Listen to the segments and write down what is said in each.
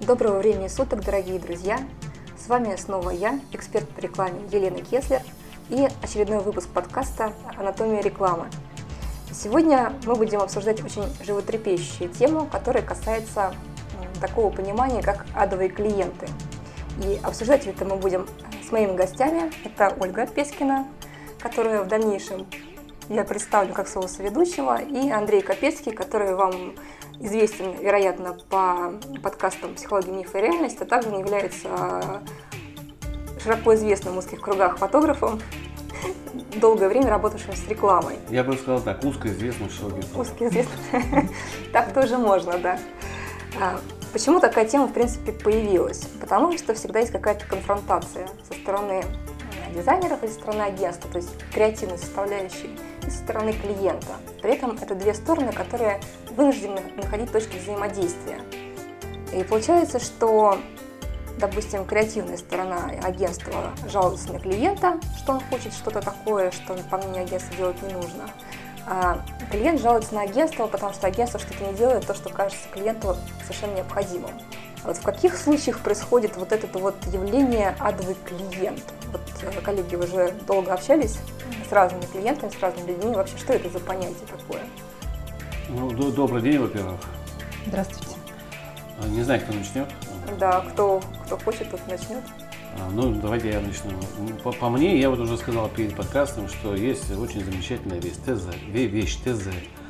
Доброго времени суток, дорогие друзья! С вами снова я, эксперт по рекламе Елена Кеслер, и очередной выпуск подкаста «Анатомия рекламы». Сегодня мы будем обсуждать очень животрепещущую тему, которая касается такого понимания, как адовые клиенты. И обсуждать это мы будем с моими гостями. Это Ольга Песькина, которую в дальнейшем я представлю как своего соведущего, и Андрей Капецкий, который вам известен, вероятно, по подкастам «Психология, миф и реальность», а также он является широко известным в узких кругах фотографом, долгое время работавшим с рекламой. Я бы сказал так, узкоизвестным шоу-бизнес. Узкоизвестным. Так тоже можно, да. Почему такая тема, в принципе, появилась? Потому что всегда есть какая-то конфронтация со стороны дизайнеров и со стороны агентства, то есть креативной составляющей, и со стороны клиента. При этом это две стороны, которые вынуждены находить точки взаимодействия. И получается, что, допустим, креативная сторона агентства жалуется на клиента, что он хочет что-то такое, что, по мнению агентства, делать не нужно. А клиент жалуется на агентство, потому что агентство что-то не делает, то, что кажется клиенту совершенно необходимым. А вот в каких случаях происходит вот это вот явление адовый клиент? Вот, коллеги, вы уже долго общались с разными клиентами, с разными людьми. Вообще, что это за понятие такое? Ну, добрый день, во-первых. Здравствуйте. Не знаю, кто начнет. Да, кто хочет, тот начнет. Ну, давайте я начну. По мне, я вот уже сказал перед подкастом, что есть очень замечательная вещь ТЗ.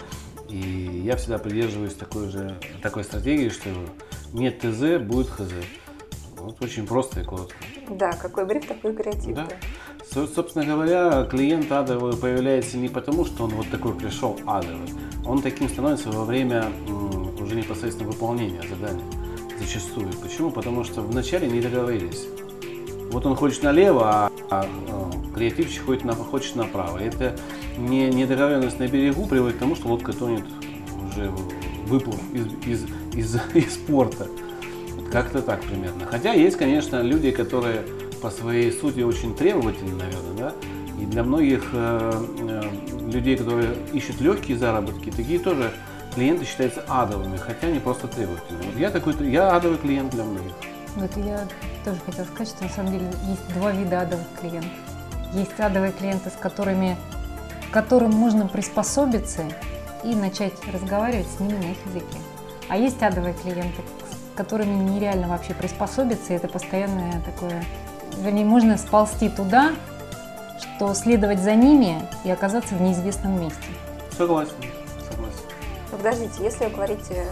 И я всегда придерживаюсь такой стратегии, что нет ТЗ, будет ХЗ. Вот очень просто и коротко. Да, какой бриф, такой креатив. Да. Собственно говоря, клиент адовый появляется не потому, что он вот такой пришел адовый. Он таким становится во время уже непосредственно выполнения задания. Зачастую. Почему? Потому что вначале не договорились. Вот он хочет налево, а креативщик хочет направо. Это недоговоренность на берегу приводит к тому, что лодка тонет, уже выплыв из порта. Как-то так примерно. Хотя есть, конечно, люди, которые по своей сути очень требовательны, наверное, да? И для многих людей, которые ищут легкие заработки, такие тоже клиенты считаются адовыми, хотя они просто требовательны. Вот я адовый клиент для многих. Вот я тоже хотела сказать, что на самом деле есть два вида адовых клиентов. Есть адовые клиенты, к которым можно приспособиться и начать разговаривать с ними на их языке. А есть адовые клиенты, с которыми нереально вообще приспособиться, и это постоянное такое... Вернее, можно сползти туда, что следовать за ними и оказаться в неизвестном месте. Согласен. Но подождите, если вы говорите,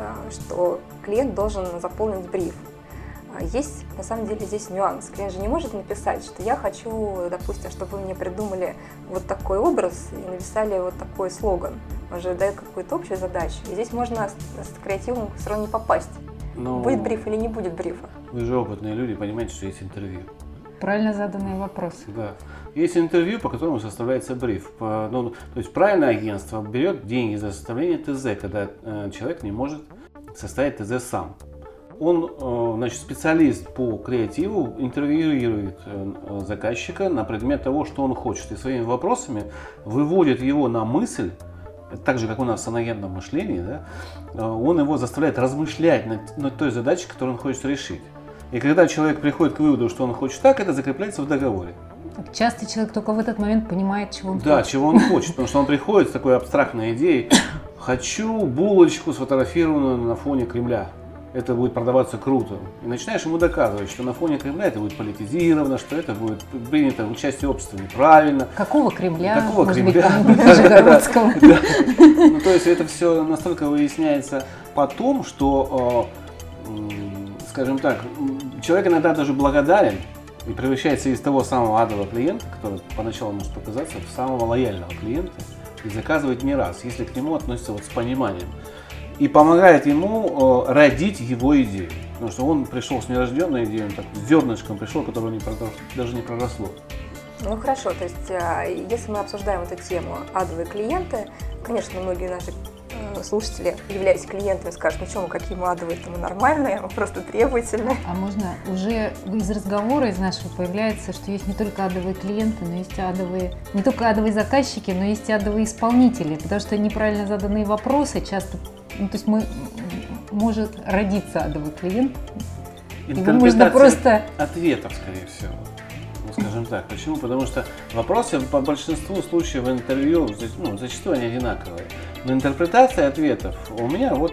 что клиент должен заполнить бриф, есть на самом деле здесь нюанс. Клиент же не может написать, что я хочу, допустим, чтобы вы мне придумали вот такой образ и написали вот такой слоган. Он же дает какую-то общую задачу. И здесь можно с креативом все равно не попасть. Будет бриф или не будет брифа? Вы же опытные люди, понимаете, что есть интервью. Правильно заданный вопрос. Да. Есть интервью, по которому составляется бриф. То есть правильное агентство берет деньги за составление ТЗ, когда человек не может составить ТЗ сам. Он, значит, специалист по креативу, интервьюирует заказчика на предмет того, что он хочет, и своими вопросами выводит его на мысль, так же, как у нас в саногенном мышлении, да, он его заставляет размышлять над той задачей, которую он хочет решить. И когда человек приходит к выводу, что он хочет так, это закрепляется в договоре. Часто человек только в этот момент понимает, чего он хочет. Да, чего он хочет, потому что он приходит с такой абстрактной идеей: хочу булочку, сфотографированную на фоне Кремля. Это будет продаваться круто. И начинаешь ему доказывать, что на фоне Кремля это будет политизировано, что это будет принято в участии общества неправильно. Какого Кремля? Какого Может Кремля? быть, Нижегородского. Ну, то есть это все настолько выясняется потом, что, скажем так, человек иногда даже благодарен и превращается из того самого адового клиента, который поначалу может показаться, в самого лояльного клиента, и заказывает не раз, если к нему относятся вот с пониманием. И помогает ему родить его идею. Потому что он пришел с нерожденной идеей, он так с зернышком пришел, которое даже не проросло. Ну хорошо, то есть если мы обсуждаем эту тему адовые клиенты, конечно, многие наши слушатели, являясь клиентами, скажут: ну что, какие мы адовые, мы нормальные, мы просто требовательные. А можно уже из разговора из нашего появляется, что есть не только адовые клиенты, но есть адовые, не только адовые заказчики, но есть и адовые исполнители, потому что неправильно заданные вопросы часто, ну, то есть может родиться адовый клиент. Его Интерпретация можно просто... ответов, скорее всего. Ну, скажем так. Почему? Потому что вопросы по большинству случаев в интервью, зачастую они одинаковые. Но интерпретация ответов у меня вот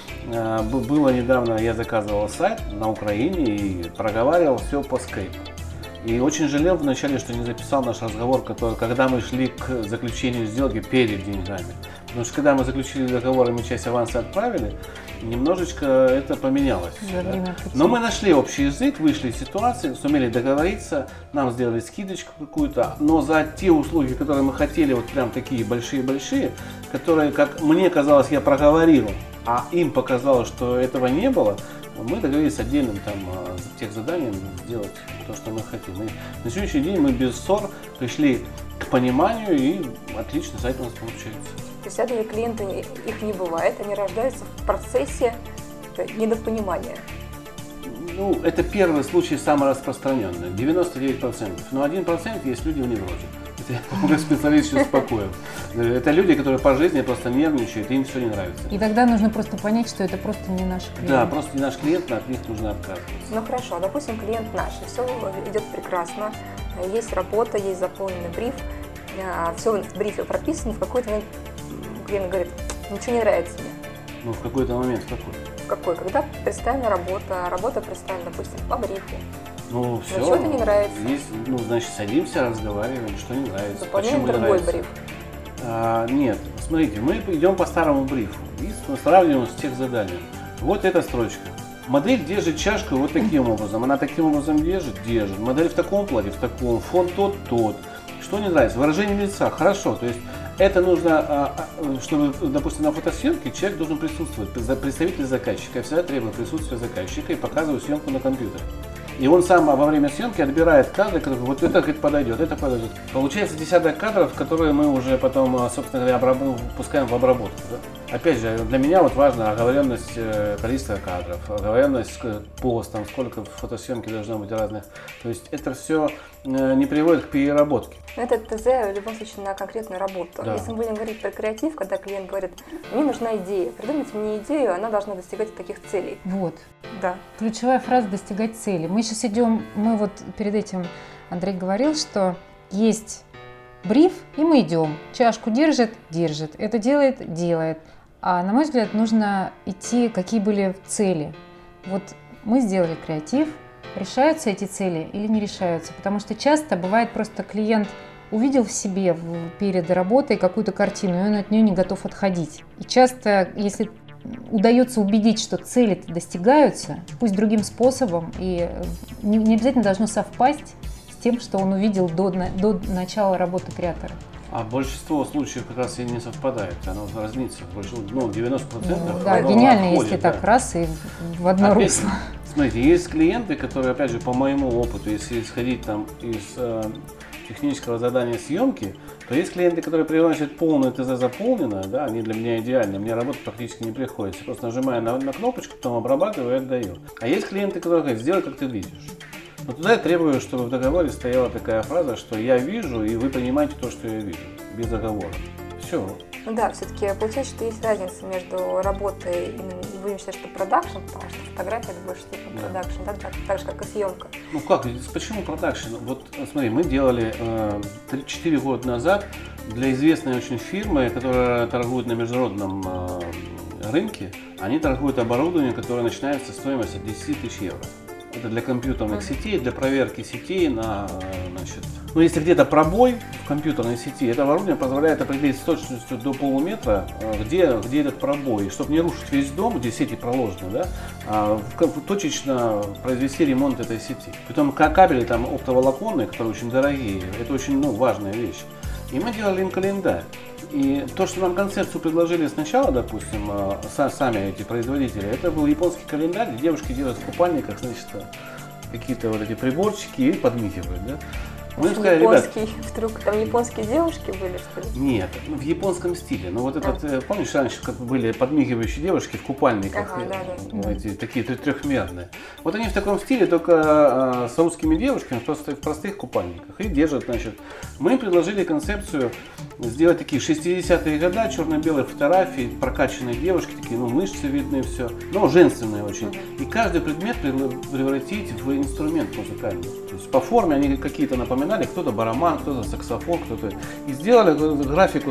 было недавно, я заказывал сайт на Украине и проговаривал все по скайпу. И очень жалел вначале, что не записал наш разговор, когда мы шли к заключению сделки перед деньгами. Потому что когда мы заключили договор и мы часть аванса отправили, немножечко это поменялось. Да? Но мы нашли общий язык, вышли из ситуации, сумели договориться, нам сделали скидочку какую-то, но за те услуги, которые мы хотели, вот прям такие большие-большие, которые, как мне казалось, я проговорил, а им показалось, что этого не было, мы договорились отдельным там техзаданием сделать то, что мы хотим. И на сегодняшний день мы без ссор пришли к пониманию, и отлично сайт у нас получается. То есть адовые клиенты, их не бывает, они рождаются в процессе недопонимания. Ну, это первый случай самый распространенный, 99%. Но 1% есть люди в неврозе. Это я как специалист сейчас успокоил. Это люди, которые по жизни просто нервничают, им все не нравится. И тогда нужно просто понять, что это просто не наш клиент. Да, просто не наш клиент, от них нужно отказываться. Ну хорошо, допустим, клиент наш, все идет прекрасно, есть работа, есть заполненный бриф, все в брифе прописано, в какой-то момент клиент говорит, ничего не нравится мне. Ну, в какой-то момент какой? В какой? Когда представлена работа представлена, допустим, по брифу. Ну, все. Чего-то не нравится. Есть, ну, значит, садимся, разговариваем, что не нравится, Заполняем почему не другой нравится. бриф. Нет, смотрите, мы идем по старому брифу и сравниваем с техзаданием. Вот эта строчка. Модель держит чашку вот таким образом. Она таким образом держит. Модель в таком плане, в таком. Фон тот. Что не нравится? Выражение лица. Хорошо. То есть это нужно, чтобы, допустим, на фотосъемке человек должен присутствовать. Представитель заказчика. Я всегда требую присутствия заказчика и показываю съемку на компьютере. И он сам во время съемки отбирает кадры, которые вот это подойдет, это подойдет. Получается десяток кадров, которые мы уже потом, собственно говоря, пускаем в обработку. Да? Опять же, для меня вот важна оговоренность количества кадров, оговоренность постом, сколько в фотосъемке должно быть разных. То есть это все не приводит к переработке. Но это ТЗ в любом случае на конкретную работу. Да. Если мы будем говорить про креатив, когда клиент говорит, мне нужна идея, придумайте мне идею, она должна достигать таких целей. Вот. Да. Ключевая фраза «достигать цели». Мы сейчас идем, мы вот перед этим Андрей говорил, что есть бриф, и мы идем. Чашку держит, это делает. А на мой взгляд, нужно идти, какие были цели. Вот мы сделали креатив, решаются эти цели или не решаются. Потому что часто бывает просто клиент увидел в себе перед работой какую-то картину, и он от нее не готов отходить. И часто, если удается убедить, что цели достигаются, пусть другим способом, и не обязательно должно совпасть с тем, что он увидел до начала работы креатора. А большинство случаев как раз и не совпадает, оно разнится, 90%. Да, гениально, если так раз и в одно русло. Смотрите, есть клиенты, которые, опять же, по моему опыту, если исходить там из технического задания съемки, то есть клиенты, которые приносят полное ТЗ заполненное, да, они для меня идеальны, мне работать практически не приходится, просто нажимаю на кнопочку, потом обрабатываю и отдаю. А есть клиенты, которые говорят, сделай, как ты видишь. Но туда я требую, чтобы в договоре стояла такая фраза, что я вижу, и вы принимаете то, что я вижу, без договора. Все. Ну да, все-таки получается, что есть разница между работой, будем считать, что продакшн, потому что фотография это больше типа продакшн, да, так же, как и съемка. Ну как, почему продакшн? Вот смотри, мы делали 4 года назад для известной очень фирмы, которая торгует на международном рынке, они торгуют оборудованием, которое начинается стоимость от 10 тысяч евро. Это для компьютерных сетей, для проверки сетей если где-то пробой в компьютерной сети, это оборудование позволяет определить с точностью до полуметра, где этот пробой, и чтобы не рушить весь дом, где сети проложены, да, точечно произвести ремонт этой сети. Притом кабели там оптоволоконные, которые очень дорогие, это очень важная вещь. И мы делали им календарь. И то, что нам концепцию предложили сначала, допустим, сами эти производители, это был японский календарь, где девушки делают в купальниках, значит, какие-то вот эти приборчики и подмигивают, да. Мы сказали, ребят, вдруг там японские девушки были, что ли? нет, в японском стиле. Ну вот этот, помнишь, раньше как были подмигивающие девушки в купальниках, эти, такие трехмерные. Вот они в таком стиле, только с русскими девушками, просто в простых купальниках. И держат, значит. Мы им предложили концепцию сделать такие 60-е годы, черно-белые фотографии, прокачанные девушки, такие, ну, мышцы видны, все, но женственные очень. И каждый предмет превратить в инструмент музыкальный. То есть по форме они какие-то напоминали, кто-то барабан, кто-то саксофон, кто-то. И сделали графику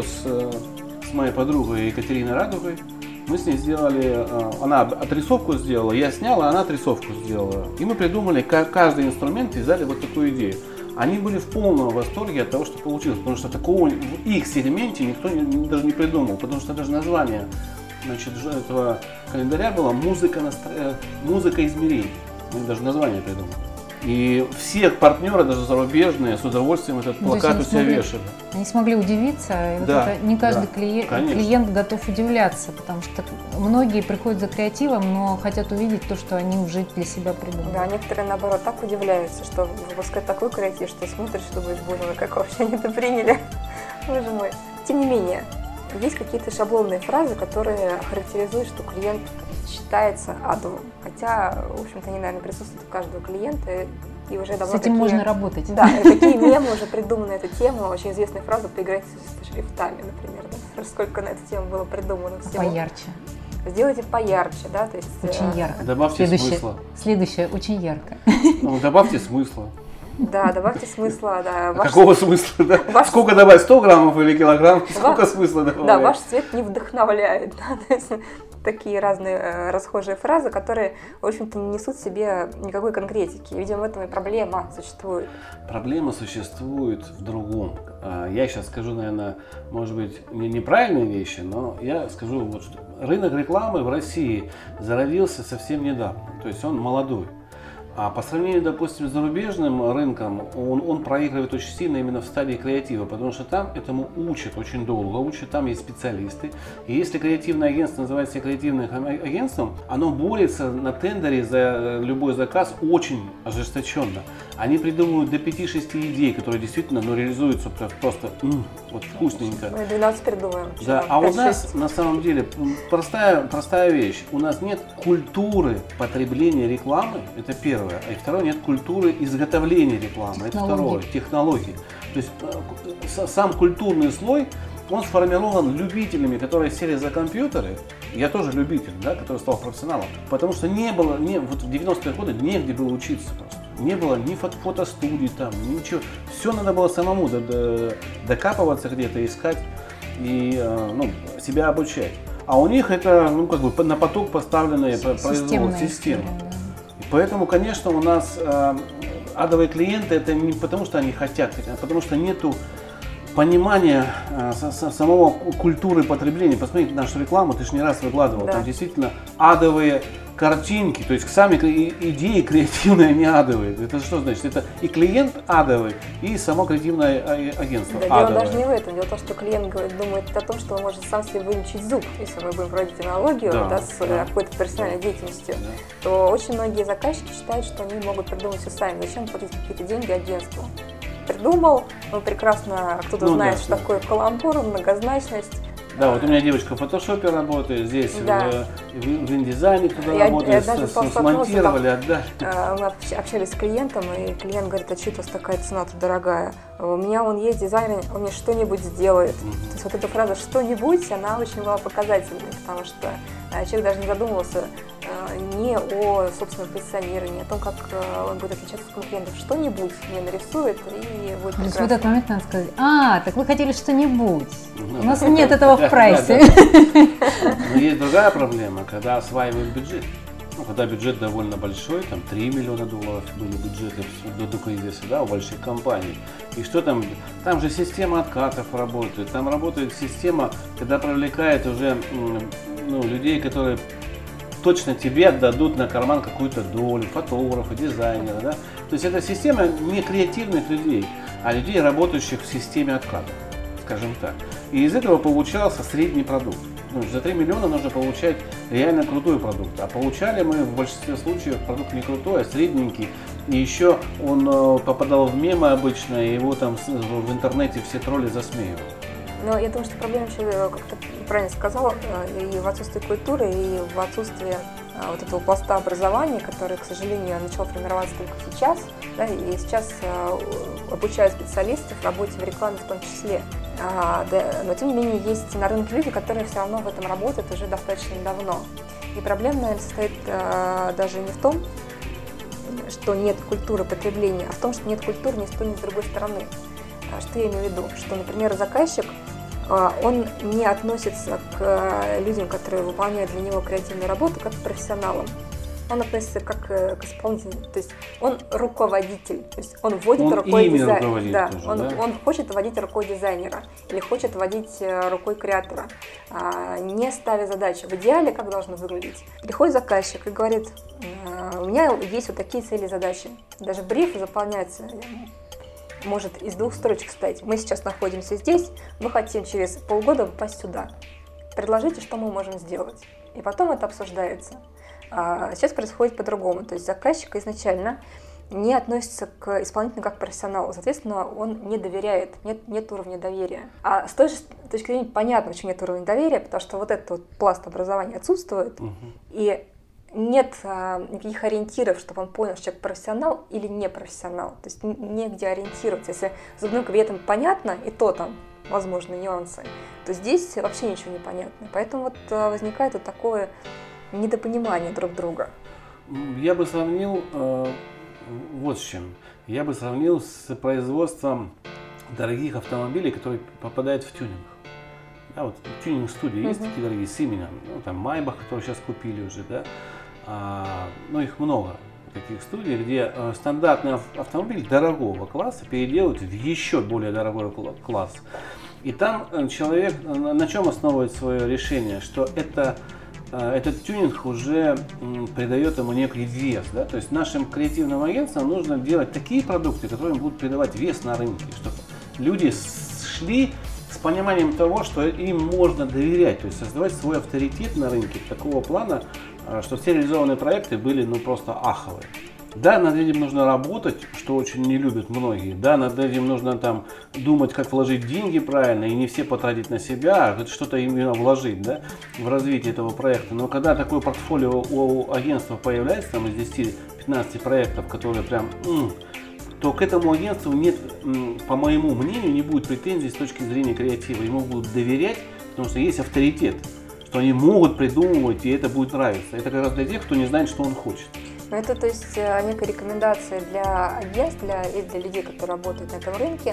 с моей подругой Екатериной Радугой. Мы с ней сделали, она отрисовку сделала, я снял, а она отрисовку сделала. И мы придумали каждый инструмент и взяли вот такую идею. Они были в полном восторге от того, что получилось, потому что такого в их сегменте никто даже не придумал, потому что даже название, значит, этого календаря было «Музыка измерений». Мы даже название придумали. И все партнеры, даже зарубежные, с удовольствием этот плакат у себя вешали. Они смогли удивиться, и вот да, это не каждый клиент готов удивляться, потому что многие приходят за креативом, но хотят увидеть то, что они уже для себя придумали. Да, некоторые, наоборот, так удивляются, что выпускают такой креатив, что смотришь, что думаешь, боже мой, как вообще они это приняли. Боже мой. Тем не менее, есть какие-то шаблонные фразы, которые характеризуют, что клиент считается адовым. Хотя, в общем-то, они, наверное, присутствуют у каждого клиента. И уже давно с этим можно работать. Да, и такие мемы уже придуманы на эту тему. Очень известная фраза «поиграйте со шрифтами», например. Да? Сколько на эту тему было придумано всего. Поярче. Сделайте поярче, да? То есть, очень ярко. Добавьте смысла. Следующее, очень ярко. Ну, добавьте смысла. Да, добавьте смысла, да. Какого смысла? Да? Сколько добавить? 100 граммов или килограмм? Сколько смысла добавить? Да, ваш цвет не вдохновляет. Да? То есть, такие разные расхожие фразы, которые, в общем-то, не несут в себе никакой конкретики. Видимо, в этом и проблема существует. Проблема существует в другом. Я сейчас скажу, наверное, может быть, неправильные вещи, но я скажу, вот, что рынок рекламы в России зародился совсем недавно. То есть он молодой. А по сравнению, допустим, с зарубежным рынком, он проигрывает очень сильно именно в стадии креатива, потому что там этому учат очень долго, там есть специалисты. И если креативное агентство называется себя креативным агентством, оно борется на тендере за любой заказ очень ожесточенно. Они придумывают до 5-6 идей, которые действительно реализуются просто вот вкусненько. Мы 12 придумаем. Да, а у нас на самом деле простая вещь. У нас нет культуры потребления рекламы, это первое. А второе, нет культуры изготовления рекламы, это второе, технологии. То есть сам культурный слой, он сформирован любителями, которые сели за компьютеры. Я тоже любитель, да, который стал профессионалом. Потому что вот в 90-е годы негде было учиться просто. Не было ни фотостудий там, ничего. Все надо было самому докапываться где-то, искать и себя обучать. А у них это на поток поставленная система. Поэтому, конечно, у нас адовые клиенты это не потому, что они хотят, а потому что нету понимания самого культуры потребления. Посмотрите нашу рекламу, ты же не раз выкладывал, да. Там действительно адовые картинки, то есть сами идеи креативные, не адовые. Это что значит? Это и клиент адовый, и само креативное агентство адовое. Дело даже не в этом. Дело в том, что клиент думает о том, что он может сам себе вылечить зуб, если мы будем проводить аналогию с какой-то профессиональной деятельностью, то очень многие заказчики считают, что они могут придумать все сами. Зачем платить какие-то деньги агентству? Придумал, он прекрасно, кто-то знает, что такое каламбур, многозначность. Да, вот у меня девочка в фотошопе работает, здесь в индизайне туда работает, смонтировали, отдали. Мы общались с клиентом, и клиент говорит, а что у вас такая цена-то дорогая? У меня он есть дизайнер, он мне что-нибудь сделает. То есть вот эта фраза «что-нибудь», она очень была показательной, потому что человек даже не задумывался не о собственном позиционировании, о том, как он будет отличаться от конкурентов. Что-нибудь мне нарисует и будет прекрасно. То есть в этот момент надо сказать, так вы хотели что-нибудь. У нас нет этого в прайсе. Но есть другая проблема, когда осваивают бюджет. Когда бюджет довольно большой, там 3 миллиона долларов были бюджеты до кризиса, да, у больших компаний. И что там? Там же система откатов работает, там работает система, когда привлекает уже людей, которые точно тебе отдадут на карман какую-то долю, фотографа, дизайнера, да. То есть это система не креативных людей, а людей, работающих в системе откатов, скажем так. И из этого получался средний продукт. за 3 миллиона нужно получать реально крутой продукт. А получали мы в большинстве случаев продукт не крутой, а средненький. И еще он попадал в мемы обычно, и его там в интернете все тролли засмеивают. Но я думаю, что проблема еще, как ты правильно сказала, и в отсутствии культуры, и в отсутствии вот этого пласта образования, который, к сожалению, начал формироваться только сейчас, да, и сейчас обучают специалистов работе в рекламе в том числе. Но тем не менее есть на рынке люди, которые все равно в этом работают уже достаточно давно. И проблема, наверное, состоит даже не в том, что нет культуры потребления, а в том, что нет культуры ни с той, ни с другой стороны. Что я имею в виду? Что, например, заказчик, он не относится к людям, которые выполняют для него креативную работу, как к профессионалам. Он относится как к исполнителю, то есть он руководитель, то есть он вводит рукой дизайнера. Да, он хочет водить рукой дизайнера или хочет водить рукой креатора, не ставя задачи. В идеале как должно выглядеть? Приходит заказчик и говорит: у меня есть вот такие цели и задачи. Даже бриф заполняется, может из 2 строчек состоять. Мы сейчас находимся здесь, мы хотим через полгода попасть сюда. Предложите, что мы можем сделать. И потом это обсуждается. Сейчас происходит по-другому. То есть заказчик изначально не относится к исполнителю как к профессионалу. Соответственно, он не доверяет, нет уровня доверия. А с той же точки зрения понятно, почему нет уровня доверия, потому что вот этот вот пласт образования отсутствует, и нет никаких ориентиров, чтобы он понял, что человек профессионал или не профессионал. То есть негде ориентироваться. Если зубным кабинетом понятно, и то там возможны нюансы, то здесь вообще ничего не понятно. Поэтому вот возникает вот такое недопонимание друг друга. Я бы сравнил вот с чем. Я бы сравнил с производством дорогих автомобилей, которые попадают в тюнинг. Да, вот тюнинг-студии есть такие дорогие, с именем. Ну, там Майбах, которые сейчас купили уже, да. Ну, их много, таких студий, где стандартный автомобиль дорогого класса переделывают в еще более дорогой класс. И там человек на чем основывает свое решение, что этот тюнинг уже придает ему некий вес. Да? То есть нашим креативным агентствам нужно делать такие продукты, которые будут придавать вес на рынке, чтобы люди шли с пониманием того, что им можно доверять, то есть создавать свой авторитет на рынке такого плана, что все реализованные проекты были просто аховые. Да, над этим нужно работать, что очень не любят многие. Да, над этим нужно там думать, как вложить деньги правильно, и не все потратить на себя, а что-то именно вложить, да, в развитие этого проекта. Но когда такое портфолио у агентства появляется, там из 10-15 проектов, которые прям, то к этому агентству нет, по моему мнению, не будет претензий с точки зрения креатива. Ему будут доверять, потому что есть авторитет, что они могут придумывать, и это будет нравиться. Это как раз для тех, кто не знает, что он хочет. Но это, то есть, некая рекомендация для агентств, и для людей, которые работают на этом рынке,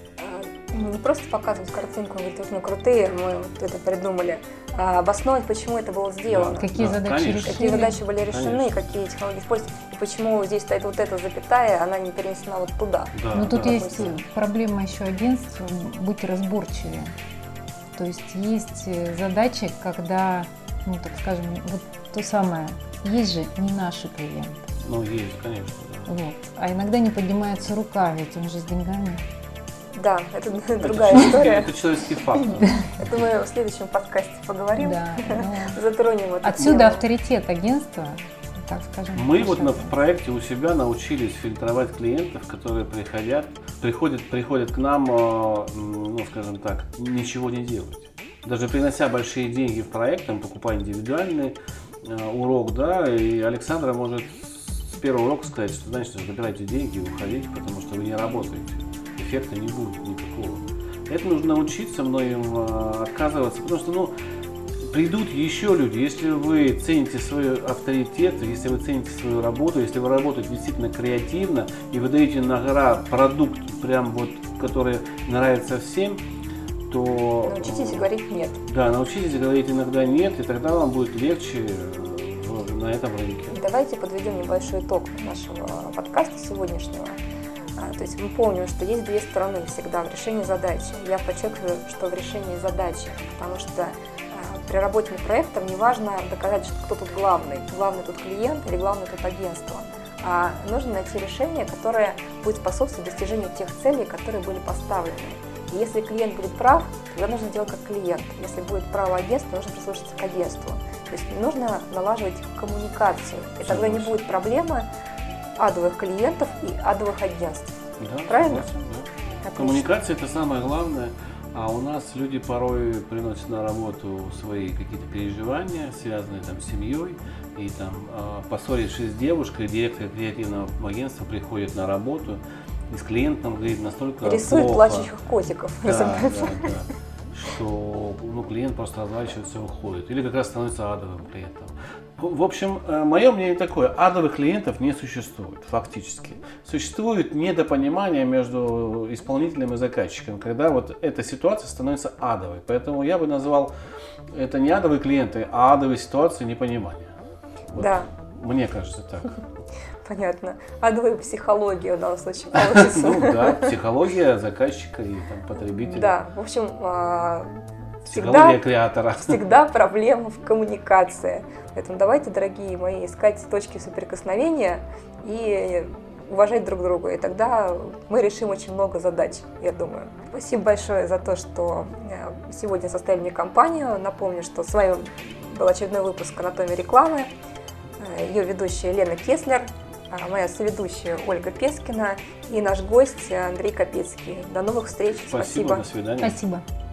не просто показывать картинку, говорить, вот мы крутые, мы вот это придумали, а обосновать, почему это было сделано. Какие задачи решены. Какие задачи были решены, какие технологии используются, и почему здесь стоит вот эта запятая, она не перенесена вот туда. Но тут есть проблема еще агентства, быть разборчивее. То есть задачи, когда, так скажем, вот то самое, есть же не наши клиенты. Ну, есть, конечно. Да. Вот. А иногда не поднимается рука, ведь он же с деньгами. Да, это другая история. Это человеческий факт. Это мы в следующем подкасте поговорим, затронем это. Отсюда авторитет агентства, так скажем. Мы вот в проекте у себя научились фильтровать клиентов, которые приходят к нам, скажем так, ничего не делать. Даже принося большие деньги в проект, покупая индивидуальный урок, да, и Александра может с первого урока сказать, что значит, забирайте деньги и уходите, потому что вы не работаете. Эффекта не будет никакого. Это нужно научиться многим отказываться, потому что, придут еще люди. Если вы цените свой авторитет, если вы цените свою работу, если вы работаете действительно креативно и вы даете на гора продукт, прям вот, который нравится всем, то... Научитесь говорить «нет». Да, научитесь говорить иногда «нет», и тогда вам будет легче на этом рынке. Давайте подведем небольшой итог нашего подкаста сегодняшнего. То есть мы помним, что есть две стороны всегда в решении задачи. Я подчеркиваю, что в решении задачи, потому что при работе над проектом не важно доказать, что кто тут главный. Главный тут клиент или главный тут агентство. Нужно найти решение, которое будет способствовать достижению тех целей, которые были поставлены. И если клиент будет прав, тогда нужно делать как клиент. Если будет право агентства, нужно прислушаться к агентству. То есть нужно налаживать коммуникацию. И тогда не будет проблемы адовых клиентов и адовых агентств. Да, правильно? согласен, да. Отлично. Коммуникация – это самое главное. А у нас люди порой приносят на работу свои какие-то переживания, связанные там с семьей. И там, поссорившись с девушкой, директор креативного агентства приходит на работу и с клиентом говорит настолько Рисует плохо, плачущих котиков. да, что клиент просто разворачивается и уходит. Или как раз становится адовым клиентом. В общем, мое мнение такое: адовых клиентов не существует фактически. Существует недопонимание между исполнителем и заказчиком, когда вот эта ситуация становится адовой. Поэтому я бы назвал это не адовые клиенты, а адовые ситуации непонимания. Вот, да. Мне кажется так. Понятно. Адовая психология в данном случае получится. Ну да, психология заказчика и там, потребителя. Да, в общем, Психология креатора. Всегда проблема в коммуникации. Поэтому давайте, дорогие мои, искать точки соприкосновения и уважать друг друга. И тогда мы решим очень много задач, я думаю. Спасибо большое за то, что сегодня составили мне компанию. Напомню, что с вами был очередной выпуск «Анатомия рекламы». Ее ведущая Лена Кеслер, моя соведущая Ольга Пескина и наш гость Андрей Капецкий. До новых встреч. Спасибо. До свидания. Спасибо.